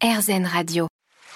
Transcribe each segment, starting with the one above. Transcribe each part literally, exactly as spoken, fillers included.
AirZen Radio.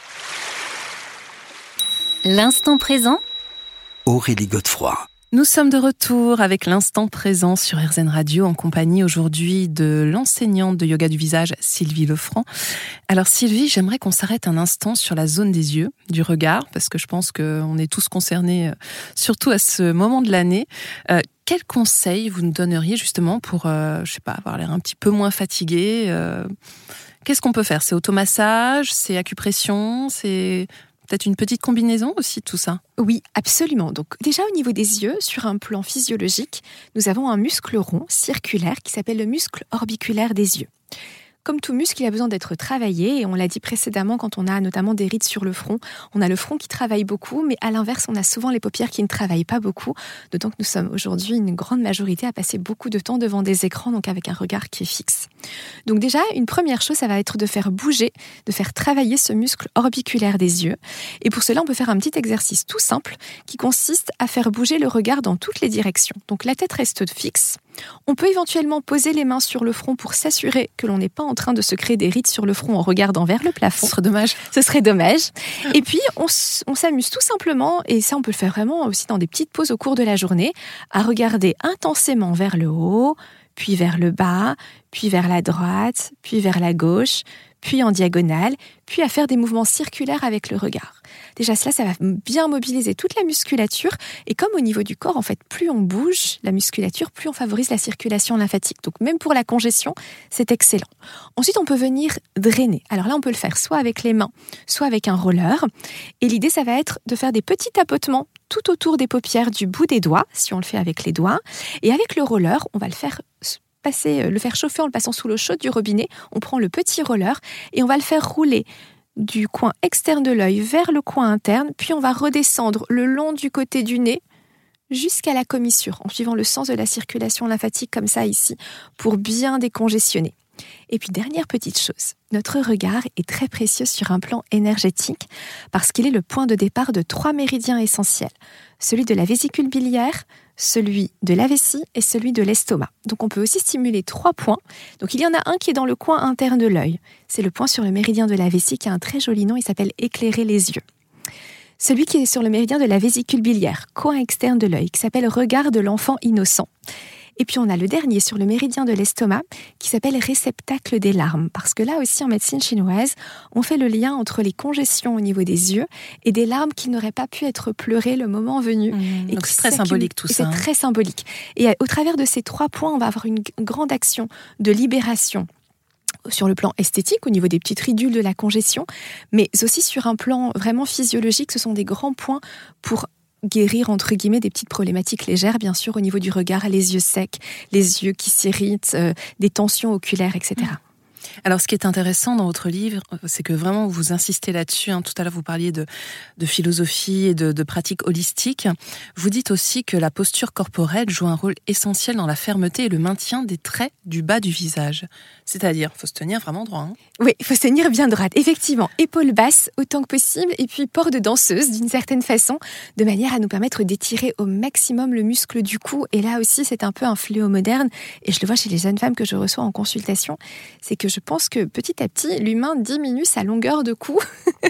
L'instant présent, Aurélie Godefroy. Nous sommes de retour avec l'instant présent sur AirZen Radio en compagnie aujourd'hui de l'enseignante de yoga du visage Sylvie Lefranc. Alors Sylvie, j'aimerais qu'on s'arrête un instant sur la zone des yeux, du regard, parce que je pense qu'on est tous concernés, surtout à ce moment de l'année. Euh, quels conseils vous nous donneriez justement pour, euh, je sais pas, avoir l'air un petit peu moins fatigué euh, Qu'est-ce qu'on peut faire ? C'est automassage, c'est acupression, c'est peut-être une petite combinaison aussi de tout ça ? Oui, absolument. Donc déjà au niveau des yeux, sur un plan physiologique, nous avons un muscle rond, circulaire, qui s'appelle le muscle orbiculaire des yeux. Comme tout muscle, il a besoin d'être travaillé, et on l'a dit précédemment quand on a notamment des rides sur le front. On a le front qui travaille beaucoup, mais à l'inverse, on a souvent les paupières qui ne travaillent pas beaucoup, d'autant que nous sommes aujourd'hui une grande majorité à passer beaucoup de temps devant des écrans, donc avec un regard qui est fixe. Donc déjà, une première chose, ça va être de faire bouger, de faire travailler ce muscle orbiculaire des yeux. Et pour cela, on peut faire un petit exercice tout simple qui consiste à faire bouger le regard dans toutes les directions. Donc la tête reste fixe. On peut éventuellement poser les mains sur le front pour s'assurer que l'on n'est pas en train de se créer des rides sur le front en regardant vers le plafond. Ce serait dommage. Ce serait dommage. Et puis, on, s- on s'amuse tout simplement, et ça on peut le faire vraiment aussi dans des petites pauses au cours de la journée, à regarder intensément vers le haut, puis vers le bas, puis vers la droite, puis vers la gauche, puis en diagonale, puis à faire des mouvements circulaires avec le regard. Déjà, cela, ça va bien mobiliser toute la musculature. Et comme au niveau du corps, en fait, plus on bouge la musculature, plus on favorise la circulation lymphatique. Donc, même pour la congestion, c'est excellent. Ensuite, on peut venir drainer. Alors là, on peut le faire soit avec les mains, soit avec un roller. Et l'idée, ça va être de faire des petits tapotements tout autour des paupières du bout des doigts, si on le fait avec les doigts. Et avec le roller, on va le faire passer, le faire chauffer en le passant sous l'eau chaude du robinet. On prend le petit roller et on va le faire rouler du coin externe de l'œil vers le coin interne, puis on va redescendre le long du côté du nez jusqu'à la commissure, en suivant le sens de la circulation lymphatique comme ça ici, pour bien décongestionner. Et puis dernière petite chose, notre regard est très précieux sur un plan énergétique parce qu'il est le point de départ de trois méridiens essentiels, celui de la vésicule biliaire, celui de la vessie et celui de l'estomac. Donc on peut aussi stimuler trois points. Donc il y en a un qui est dans le coin interne de l'œil. C'est le point sur le méridien de la vessie qui a un très joli nom, il s'appelle éclairer les yeux. Celui qui est sur le méridien de la vésicule biliaire, coin externe de l'œil, qui s'appelle regard de l'enfant innocent. Et puis on a le dernier sur le méridien de l'estomac qui s'appelle réceptacle des larmes. Parce que là aussi en médecine chinoise, on fait le lien entre les congestions au niveau des yeux et des larmes qui n'auraient pas pu être pleurées le moment venu. Mmh, et donc c'est très symbolique tout et ça. C'est hein. très symbolique. Et au travers de ces trois points, on va avoir une grande action de libération sur le plan esthétique, au niveau des petites ridules de la congestion, mais aussi sur un plan vraiment physiologique, ce sont des grands points pour guérir, entre guillemets, des petites problématiques légères, bien sûr, au niveau du regard, les yeux secs, les yeux qui s'irritent, euh, des tensions oculaires, et cetera. Alors, ce qui est intéressant dans votre livre, c'est que vraiment vous insistez là-dessus. Hein. Tout à l'heure, vous parliez de, de philosophie et de, de pratiques holistiques. Vous dites aussi que la posture corporelle joue un rôle essentiel dans la fermeté et le maintien des traits du bas du visage. C'est-à-dire, il faut se tenir vraiment droit. Hein. Oui, il faut se tenir bien droite. Effectivement, épaules basses autant que possible et puis port de danseuse d'une certaine façon, de manière à nous permettre d'étirer au maximum le muscle du cou. Et là aussi, c'est un peu un fléau moderne. Et je le vois chez les jeunes femmes que je reçois en consultation. C'est que je pense que petit à petit, l'humain diminue sa longueur de cou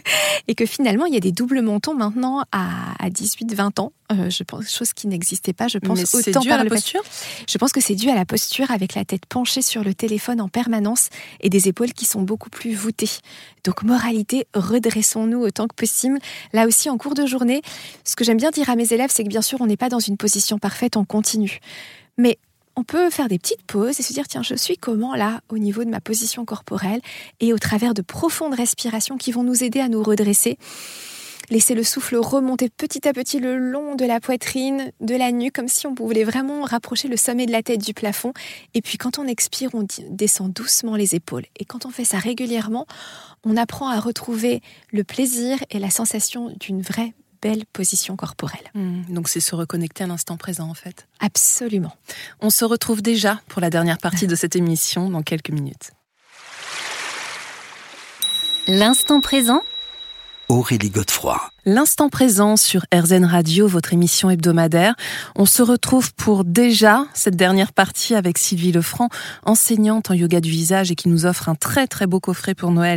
et que finalement, il y a des doubles mentons maintenant à, à dix-huit vingt ans. Euh, je pense, chose qui n'existait pas, je pense. Mais c'est autant dû par à la le posture ? Je pense que c'est dû à la posture avec la tête penchée sur le téléphone en permanence et des épaules qui sont beaucoup plus voûtées. Donc, moralité, redressons-nous autant que possible. Là aussi, en cours de journée, ce que j'aime bien dire à mes élèves, c'est que bien sûr, on n'est pas dans une position parfaite en continu. Mais on peut faire des petites pauses et se dire, tiens, je suis comment là, au niveau de ma position corporelle, et au travers de profondes respirations qui vont nous aider à nous redresser. Laissez le souffle remonter petit à petit le long de la poitrine, de la nuque, comme si on voulait vraiment rapprocher le sommet de la tête du plafond. Et puis quand on expire, on descend doucement les épaules. Et quand on fait ça régulièrement, on apprend à retrouver le plaisir et la sensation d'une vraie belle position corporelle. Mmh, donc c'est se reconnecter à l'instant présent en fait. Absolument. On se retrouve déjà pour la dernière partie de cette émission dans quelques minutes. l'instant présent, Aurélie Godefroy. L'instant présent sur AirZen Radio, votre émission hebdomadaire. On se retrouve pour déjà cette dernière partie avec Sylvie Lefranc, enseignante en yoga du visage et qui nous offre un très très beau coffret pour Noël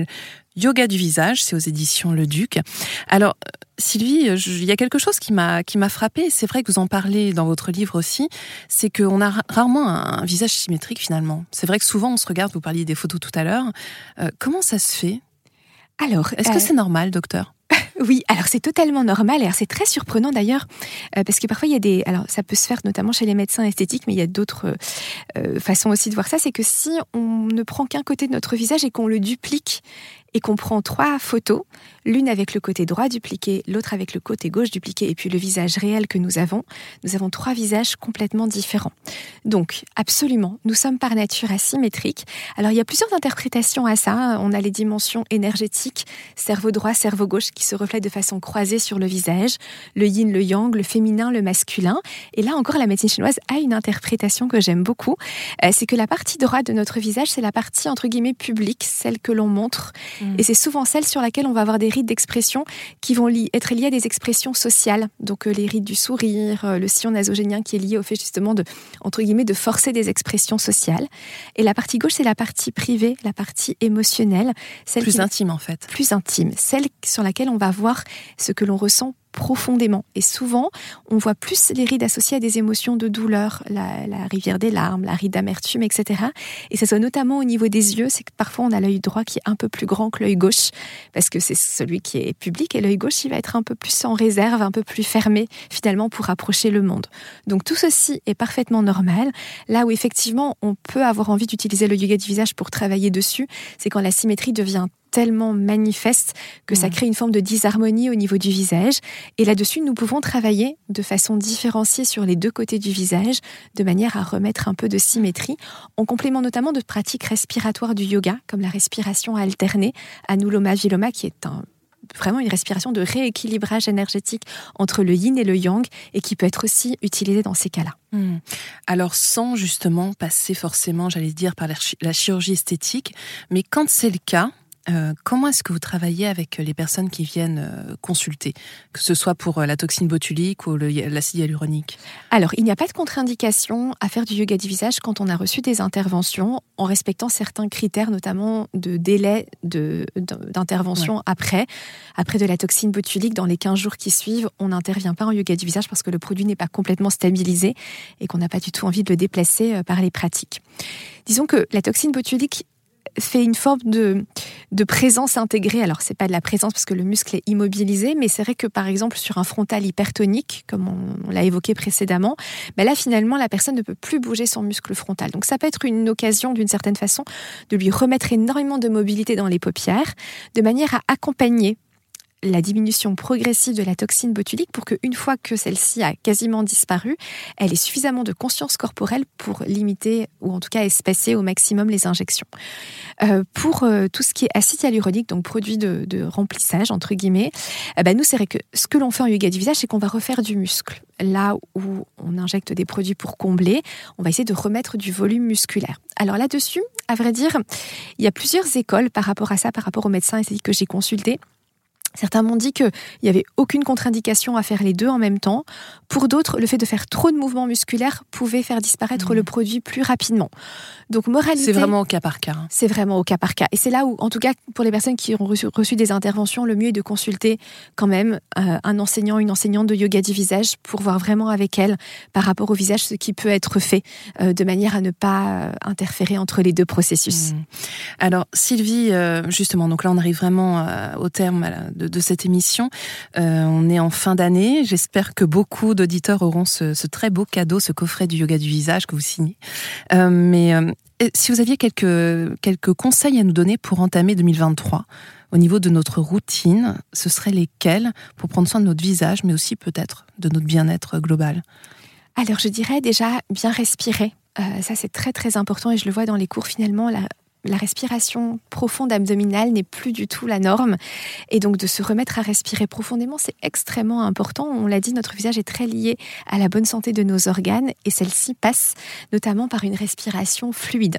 Yoga du visage, c'est aux éditions Le Duc. Alors, Sylvie, il y a quelque chose qui m'a qui m'a frappée. C'est vrai que vous en parlez dans votre livre aussi. C'est qu'on a rarement un visage symétrique finalement. C'est vrai que souvent on se regarde. Vous parliez des photos tout à l'heure. Euh, comment ça se fait ? Alors, est-ce euh... que c'est normal, docteur ? Oui, alors c'est totalement normal et alors c'est très surprenant d'ailleurs euh, parce que parfois il y a des, alors ça peut se faire notamment chez les médecins esthétiques, mais il y a d'autres euh, façons aussi de voir ça. C'est que si on ne prend qu'un côté de notre visage et qu'on le duplique et qu'on prend trois photos, l'une avec le côté droit dupliqué, l'autre avec le côté gauche dupliqué et puis le visage réel que nous avons, nous avons trois visages complètement différents. Donc absolument, nous sommes par nature asymétriques. Alors il y a plusieurs interprétations à ça. On a les dimensions énergétiques, cerveau droit, cerveau gauche qui se reflètent de façon croisée sur le visage, le yin, le yang, le féminin, le masculin. Et là encore, la médecine chinoise a une interprétation que j'aime beaucoup. Euh, c'est que la partie droite de notre visage, c'est la partie entre guillemets publique, celle que l'on montre. Mmh. Et c'est souvent celle sur laquelle on va avoir des rides d'expression qui vont li- être liées à des expressions sociales. Donc euh, les rides du sourire, euh, le sillon nasogénien qui est lié au fait justement de, entre guillemets, de forcer des expressions sociales. Et la partie gauche, c'est la partie privée, la partie émotionnelle. Celle plus qui intime en fait. Plus intime. Celle sur laquelle on va voir ce que l'on ressent profondément. Et souvent, on voit plus les rides associées à des émotions de douleur, la, la rivière des larmes, la ride d'amertume, et cetera. Et ça soit notamment au niveau des yeux, c'est que parfois on a l'œil droit qui est un peu plus grand que l'œil gauche, parce que c'est celui qui est public, et l'œil gauche, il va être un peu plus en réserve, un peu plus fermé, finalement, pour approcher le monde. Donc tout ceci est parfaitement normal. Là où effectivement, on peut avoir envie d'utiliser le yoga du visage pour travailler dessus, c'est quand la symétrie devient tellement manifeste que ça crée une forme de disharmonie au niveau du visage. Et là-dessus, nous pouvons travailler de façon différenciée sur les deux côtés du visage, de manière à remettre un peu de symétrie, en complément notamment de pratiques respiratoires du yoga, comme la respiration alternée, Anuloma Viloma, qui est un vraiment une respiration de rééquilibrage énergétique entre le yin et le yang et qui peut être aussi utilisée dans ces cas-là. Mmh. Alors sans justement passer forcément, j'allais dire, par la, ch- la chirurgie esthétique, mais quand c'est le cas, Euh, comment est-ce que vous travaillez avec les personnes qui viennent euh, consulter, que ce soit pour euh, la toxine botulique ou le, l'acide hyaluronique ? Alors, il n'y a pas de contre-indication à faire du yoga du visage quand on a reçu des interventions en respectant certains critères, notamment de délai de, d'intervention ouais. après. Après de la toxine botulique, dans les quinze jours qui suivent, on n'intervient pas en yoga du visage parce que le produit n'est pas complètement stabilisé et qu'on n'a pas du tout envie de le déplacer par les pratiques. Disons que la toxine botulique fait une forme de, de présence intégrée. Alors, c'est pas de la présence parce que le muscle est immobilisé, mais c'est vrai que, par exemple, sur un frontal hypertonique, comme on, on l'a évoqué précédemment, ben là, finalement, la personne ne peut plus bouger son muscle frontal. Donc, ça peut être une occasion, d'une certaine façon, de lui remettre énormément de mobilité dans les paupières, de manière à accompagner la diminution progressive de la toxine botulique pour qu'une fois que celle-ci a quasiment disparu, elle ait suffisamment de conscience corporelle pour limiter ou en tout cas espacer au maximum les injections. Euh, pour euh, tout ce qui est acide hyaluronique, donc produit de, de remplissage, entre guillemets, euh, bah nous, c'est vrai que ce que l'on fait en yoga du visage, c'est qu'on va refaire du muscle. Là où on injecte des produits pour combler, on va essayer de remettre du volume musculaire. Alors là-dessus, à vrai dire, il y a plusieurs écoles par rapport à ça, par rapport aux médecins esthétiques que j'ai consultés. Certains m'ont dit qu'il n'y avait aucune contre-indication à faire les deux en même temps. Pour d'autres, le fait de faire trop de mouvements musculaires pouvait faire disparaître mmh. le produit plus rapidement. Donc, moralité... C'est vraiment au cas par cas. C'est vraiment au cas par cas. Et c'est là où, en tout cas, pour les personnes qui ont reçu, reçu des interventions, le mieux est de consulter quand même euh, un enseignant, une enseignante de yoga du visage pour voir vraiment avec elle, par rapport au visage, ce qui peut être fait euh, de manière à ne pas euh, interférer entre les deux processus. Mmh. Alors, Sylvie, euh, justement, donc là, on arrive vraiment euh, au terme de, de cette émission. Euh, on est en fin d'année. J'espère que beaucoup d'auditeurs auront ce, ce très beau cadeau, ce coffret du yoga du visage que vous signez. Euh, mais euh, si vous aviez quelques, quelques conseils à nous donner pour entamer deux mille vingt-trois, au niveau de notre routine, ce seraient lesquels pour prendre soin de notre visage, mais aussi peut-être de notre bien-être global ? Alors, je dirais déjà bien respirer. Euh, ça, c'est très, très important et je le vois dans les cours finalement. La... La respiration profonde abdominale n'est plus du tout la norme. Et donc, de se remettre à respirer profondément, c'est extrêmement important. On l'a dit, notre visage est très lié à la bonne santé de nos organes et celle-ci passe notamment par une respiration fluide.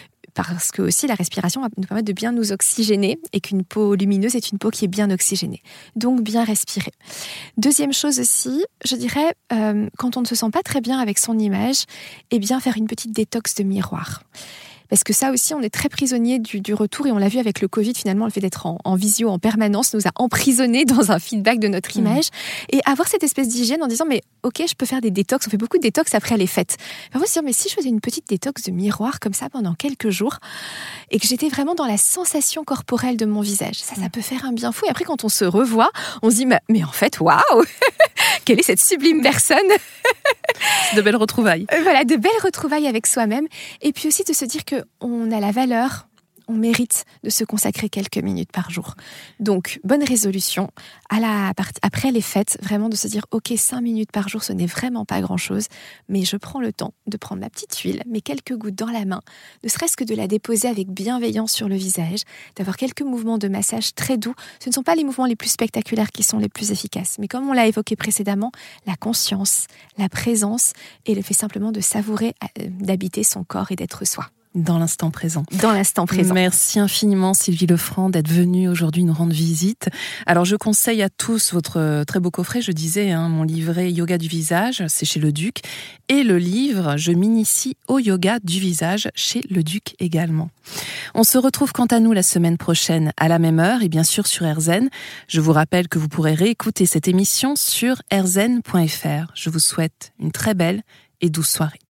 Parce que aussi, la respiration va nous permettre de bien nous oxygéner et qu'une peau lumineuse est une peau qui est bien oxygénée. Donc, bien respirer. Deuxième chose aussi, je dirais, euh, quand on ne se sent pas très bien avec son image, eh bien, faire une petite détox de miroir. parce que ça aussi, on est très prisonnier du, du retour, et on l'a vu avec le Covid, finalement, le fait d'être en, en visio en permanence nous a emprisonnés dans un feedback de notre image, mmh. et avoir cette espèce d'hygiène en disant, mais ok, je peux faire des détox, on fait beaucoup de détox après les fêtes. Parfois, se dire, mais si je faisais une petite détox de miroir comme ça pendant quelques jours, et que j'étais vraiment dans la sensation corporelle de mon visage, ça, ça peut faire un bien fou. Et après, quand on se revoit, on se dit, mais, mais en fait, waouh, quelle est cette sublime personne. De belles retrouvailles. Voilà, de belles retrouvailles avec soi-même. Et puis aussi de se dire qu'on a la valeur, on mérite de se consacrer quelques minutes par jour. Donc, bonne résolution. À la, après les fêtes, vraiment de se dire, ok, cinq minutes par jour, ce n'est vraiment pas grand-chose, mais je prends le temps de prendre ma petite huile, mes quelques gouttes dans la main, ne serait-ce que de la déposer avec bienveillance sur le visage, d'avoir quelques mouvements de massage très doux. Ce ne sont pas les mouvements les plus spectaculaires qui sont les plus efficaces, mais comme on l'a évoqué précédemment, la conscience, la présence et le fait simplement de savourer, d'habiter son corps et d'être soi. Dans l'instant présent. Dans l'instant présent. Merci infiniment Sylvie Lefranc d'être venue aujourd'hui nous rendre visite. Alors je conseille à tous votre très beau coffret, je disais, hein, mon livret Yoga du visage, c'est chez Le Duc, et le livre Je m'initie au yoga du visage chez Le Duc également. On se retrouve quant à nous la semaine prochaine à la même heure et bien sûr sur AirZen. Je vous rappelle que vous pourrez réécouter cette émission sur airzen point f r. Je vous souhaite une très belle et douce soirée.